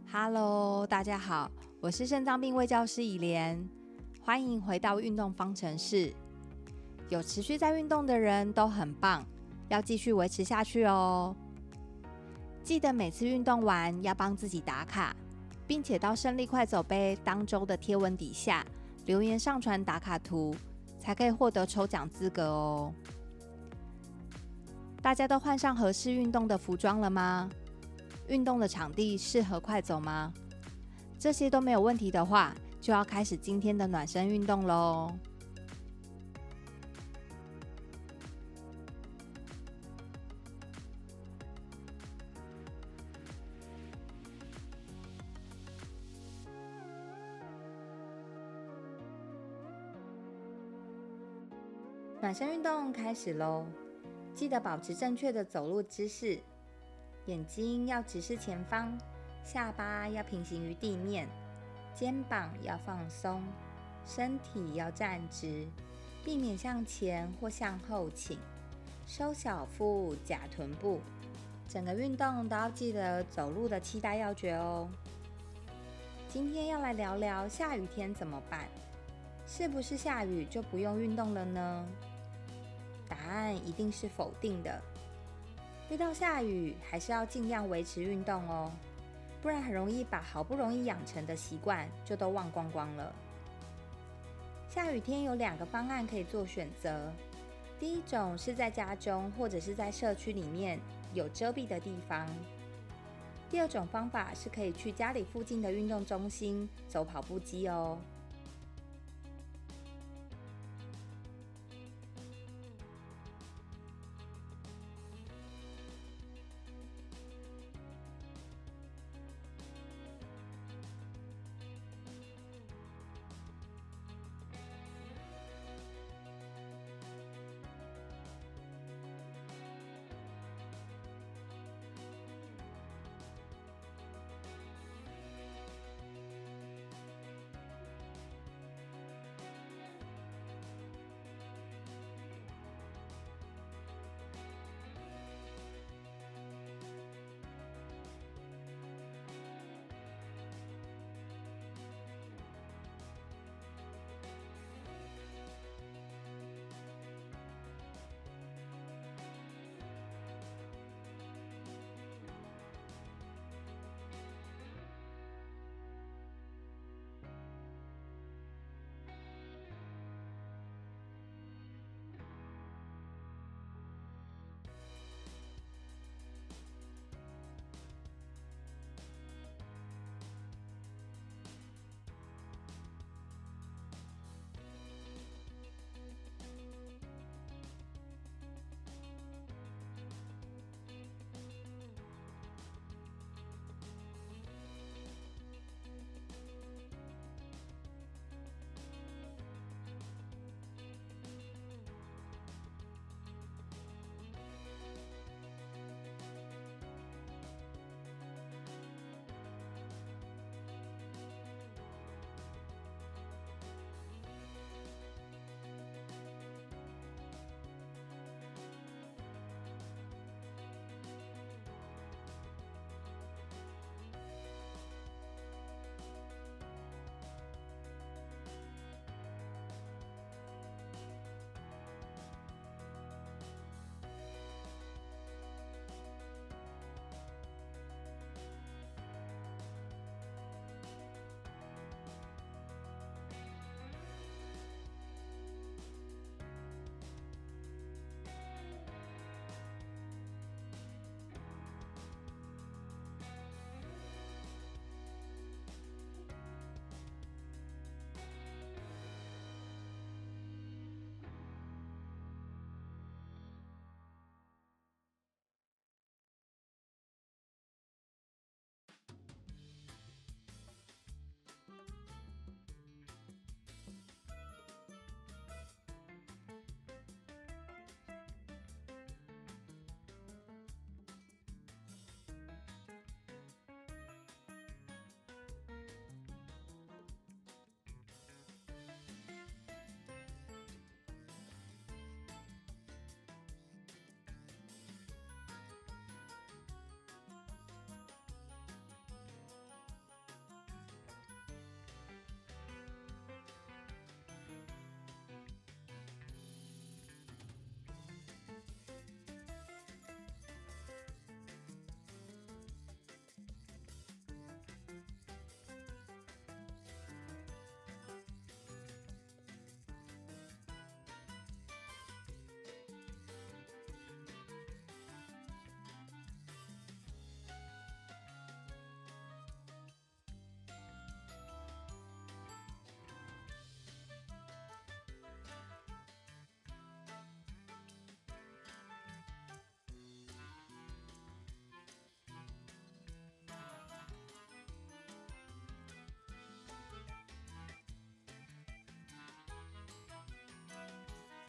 Hello， 大家好，我是肾脏病卫教师以莲，欢迎回到运动方程式。有持续在运动的人都很棒，要继续维持下去哦。记得每次运动完要帮自己打卡，并且到胜利快走杯当周的贴文底下留言上传打卡图，才可以获得抽奖资格哦。大家都换上合适运动的服装了吗？运动的场地适合快走吗？这些都没有问题的话，就要开始今天的暖身运动咯。暖身运动开始咯，记得保持正确的走路姿势，眼睛要直视前方，下巴要平行于地面，肩膀要放松，身体要站直，避免向前或向后倾，收小腹夹臀部。整个运动都要记得走路的7大要诀哦。今天要来聊聊下雨天怎么办？是不是下雨就不用运动了呢？答案一定是否定的。遇到下雨还是要尽量维持运动哦，不然很容易把好不容易养成的习惯就都忘光光了。下雨天有2个方案可以做选择，第一种是在家中或者是在社区里面有遮蔽的地方，第二种方法是可以去家里附近的运动中心走跑步机哦。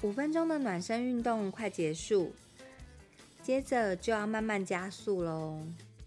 5分钟的暖身运动快结束，接着就要慢慢加速咯。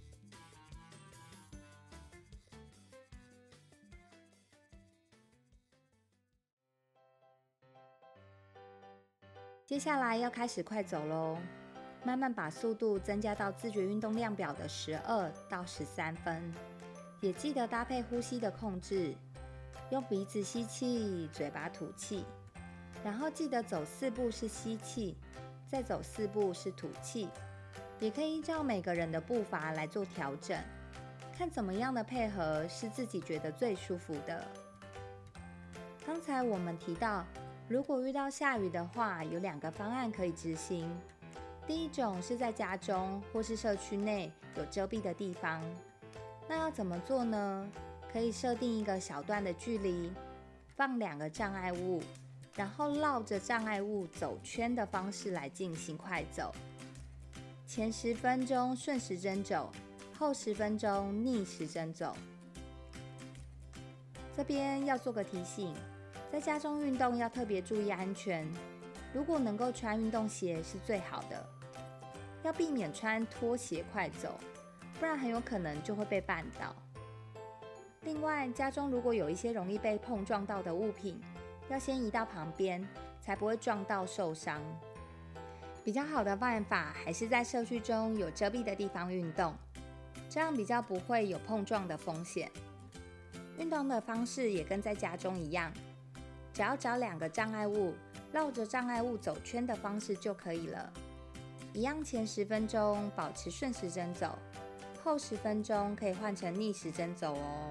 接下来要开始快走咯，慢慢把速度增加到自觉运动量表的12到13分，也记得搭配呼吸的控制，用鼻子吸气，嘴巴吐气，然后记得走4步是吸气，再走4步是吐气，也可以依照每个人的步伐来做调整，看怎么样的配合是自己觉得最舒服的。刚才我们提到，如果遇到下雨的话，有2个方案可以执行。第一种是在家中或是社区内有遮蔽的地方，那要怎么做呢？可以设定一个小段的距离，放2个障碍物，然后绕着障碍物走圈的方式来进行快走。前10分钟顺时针走，后10分钟逆时针走。这边要做个提醒，在家中运动要特别注意安全，如果能够穿运动鞋是最好的，要避免穿拖鞋快走，不然很有可能就会被绊倒。另外，家中如果有一些容易被碰撞到的物品，要先移到旁边，才不会撞到受伤。比较好的办法还是在社区中有遮蔽的地方运动，这样比较不会有碰撞的风险。运动的方式也跟在家中一样，只要找2个障碍物，绕着障碍物走圈的方式就可以了。一样前10分钟保持顺时针走，后10分钟可以换成逆时针走哦。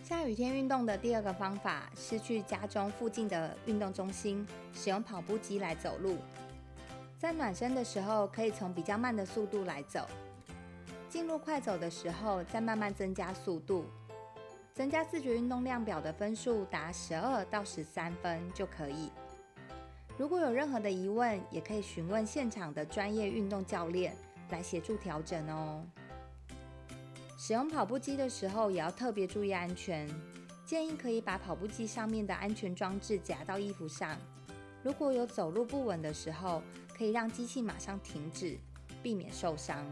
下雨天运动的第二个方法是去家中附近的运动中心，使用跑步机来走路。在暖身的时候，可以从比较慢的速度来走，进入快走的时候再慢慢增加速度。增加自觉运动量表的分数达12到13分就可以。如果有任何的疑问，也可以询问现场的专业运动教练来协助调整哦。使用跑步机的时候也要特别注意安全，建议可以把跑步机上面的安全装置夹到衣服上。如果有走路不稳的时候，可以让机器马上停止，避免受伤。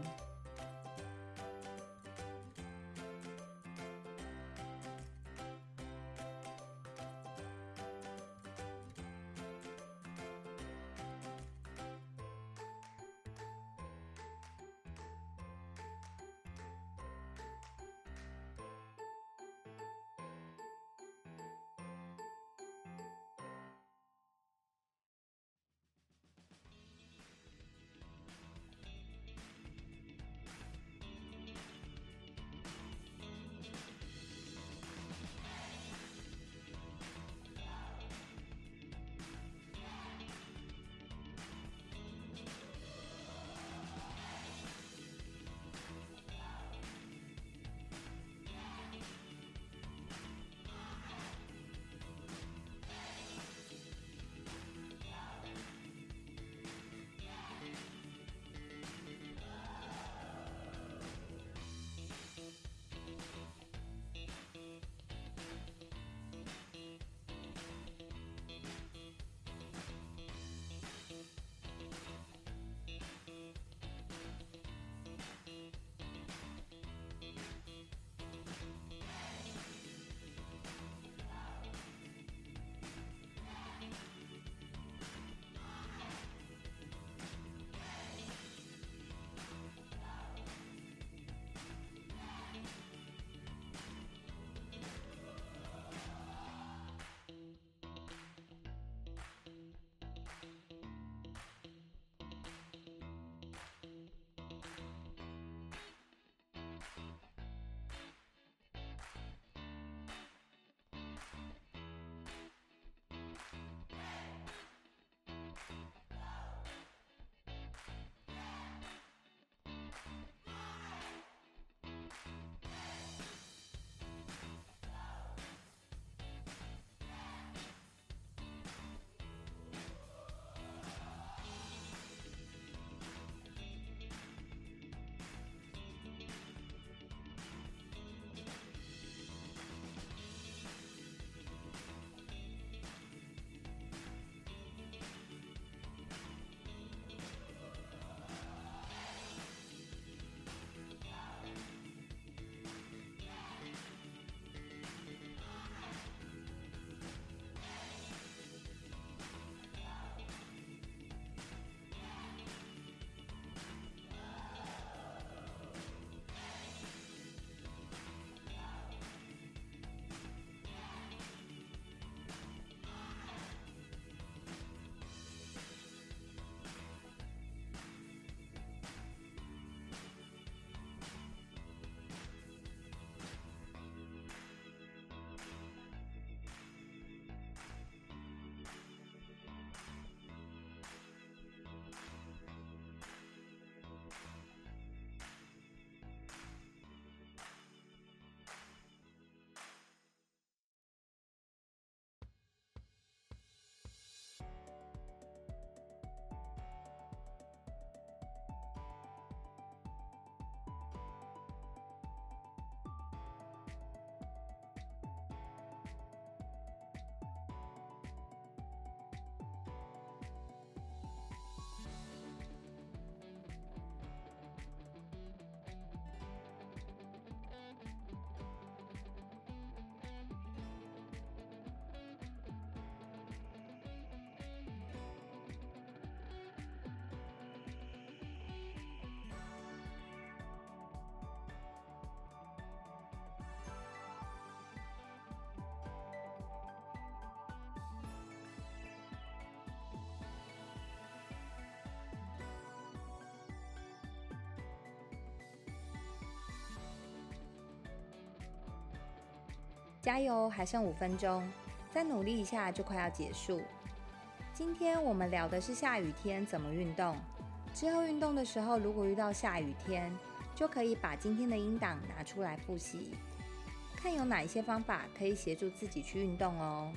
加油，还剩5分钟，再努力一下就快要结束。今天我们聊的是下雨天怎么运动。之后运动的时候，如果遇到下雨天，就可以把今天的音档拿出来复习，看有哪一些方法可以协助自己去运动哦。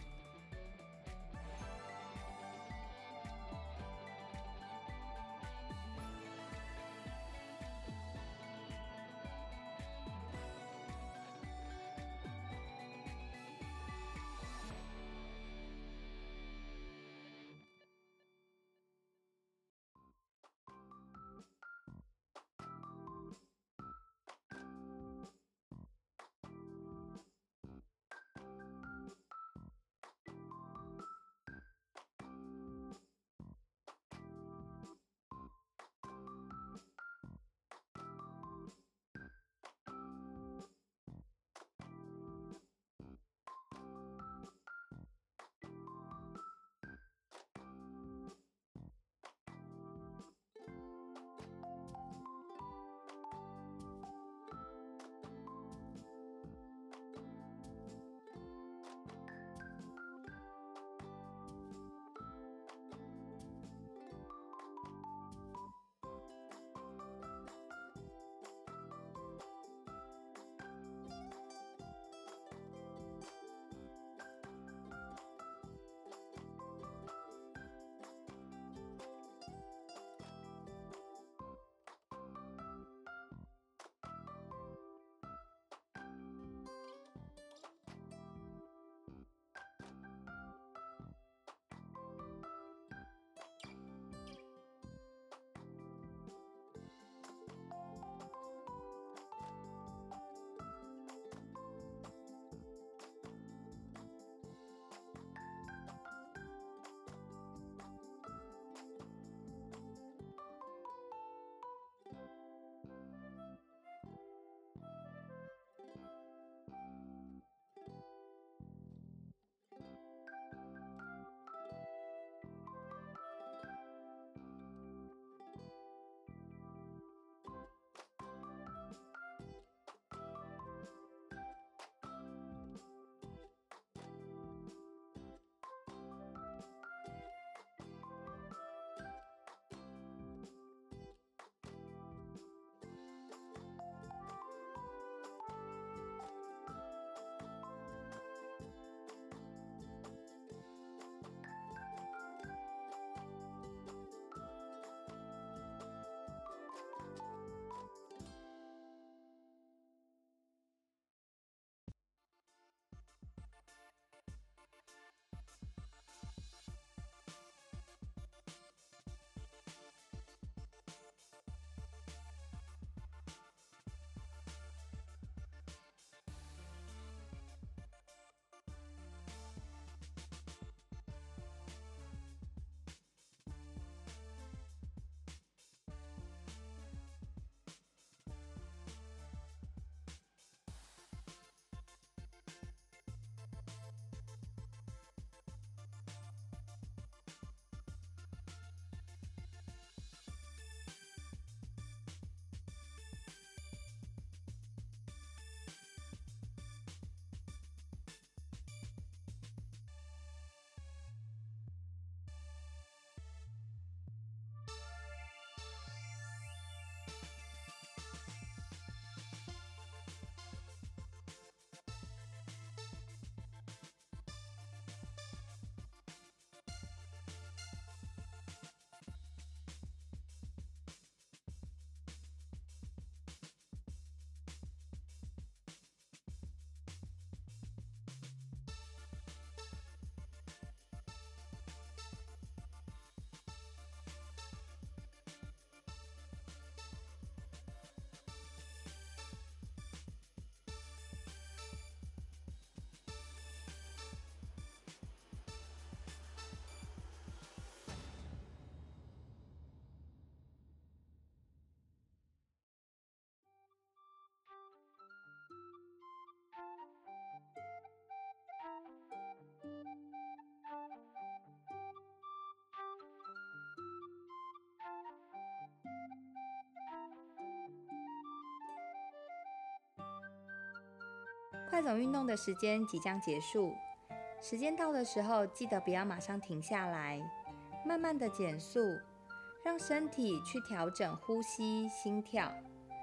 快走运动的时间即将结束，时间到的时候，记得不要马上停下来，慢慢的减速，让身体去调整呼吸、心跳。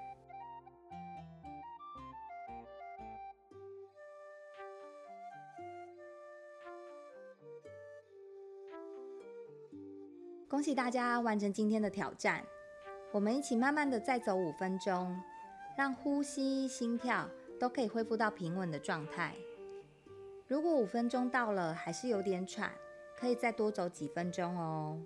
恭喜大家完成今天的挑战，我们一起慢慢的再走5分钟，让呼吸、心跳都可以恢复到平稳的状态。如果5分钟到了还是有点喘，可以再多走几分钟哦。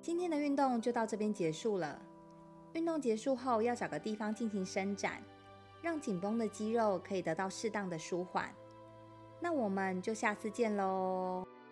今天的运动就到这边结束了。运动结束后要找个地方进行伸展，让紧绷的肌肉可以得到适当的舒缓。那我们就下次见喽。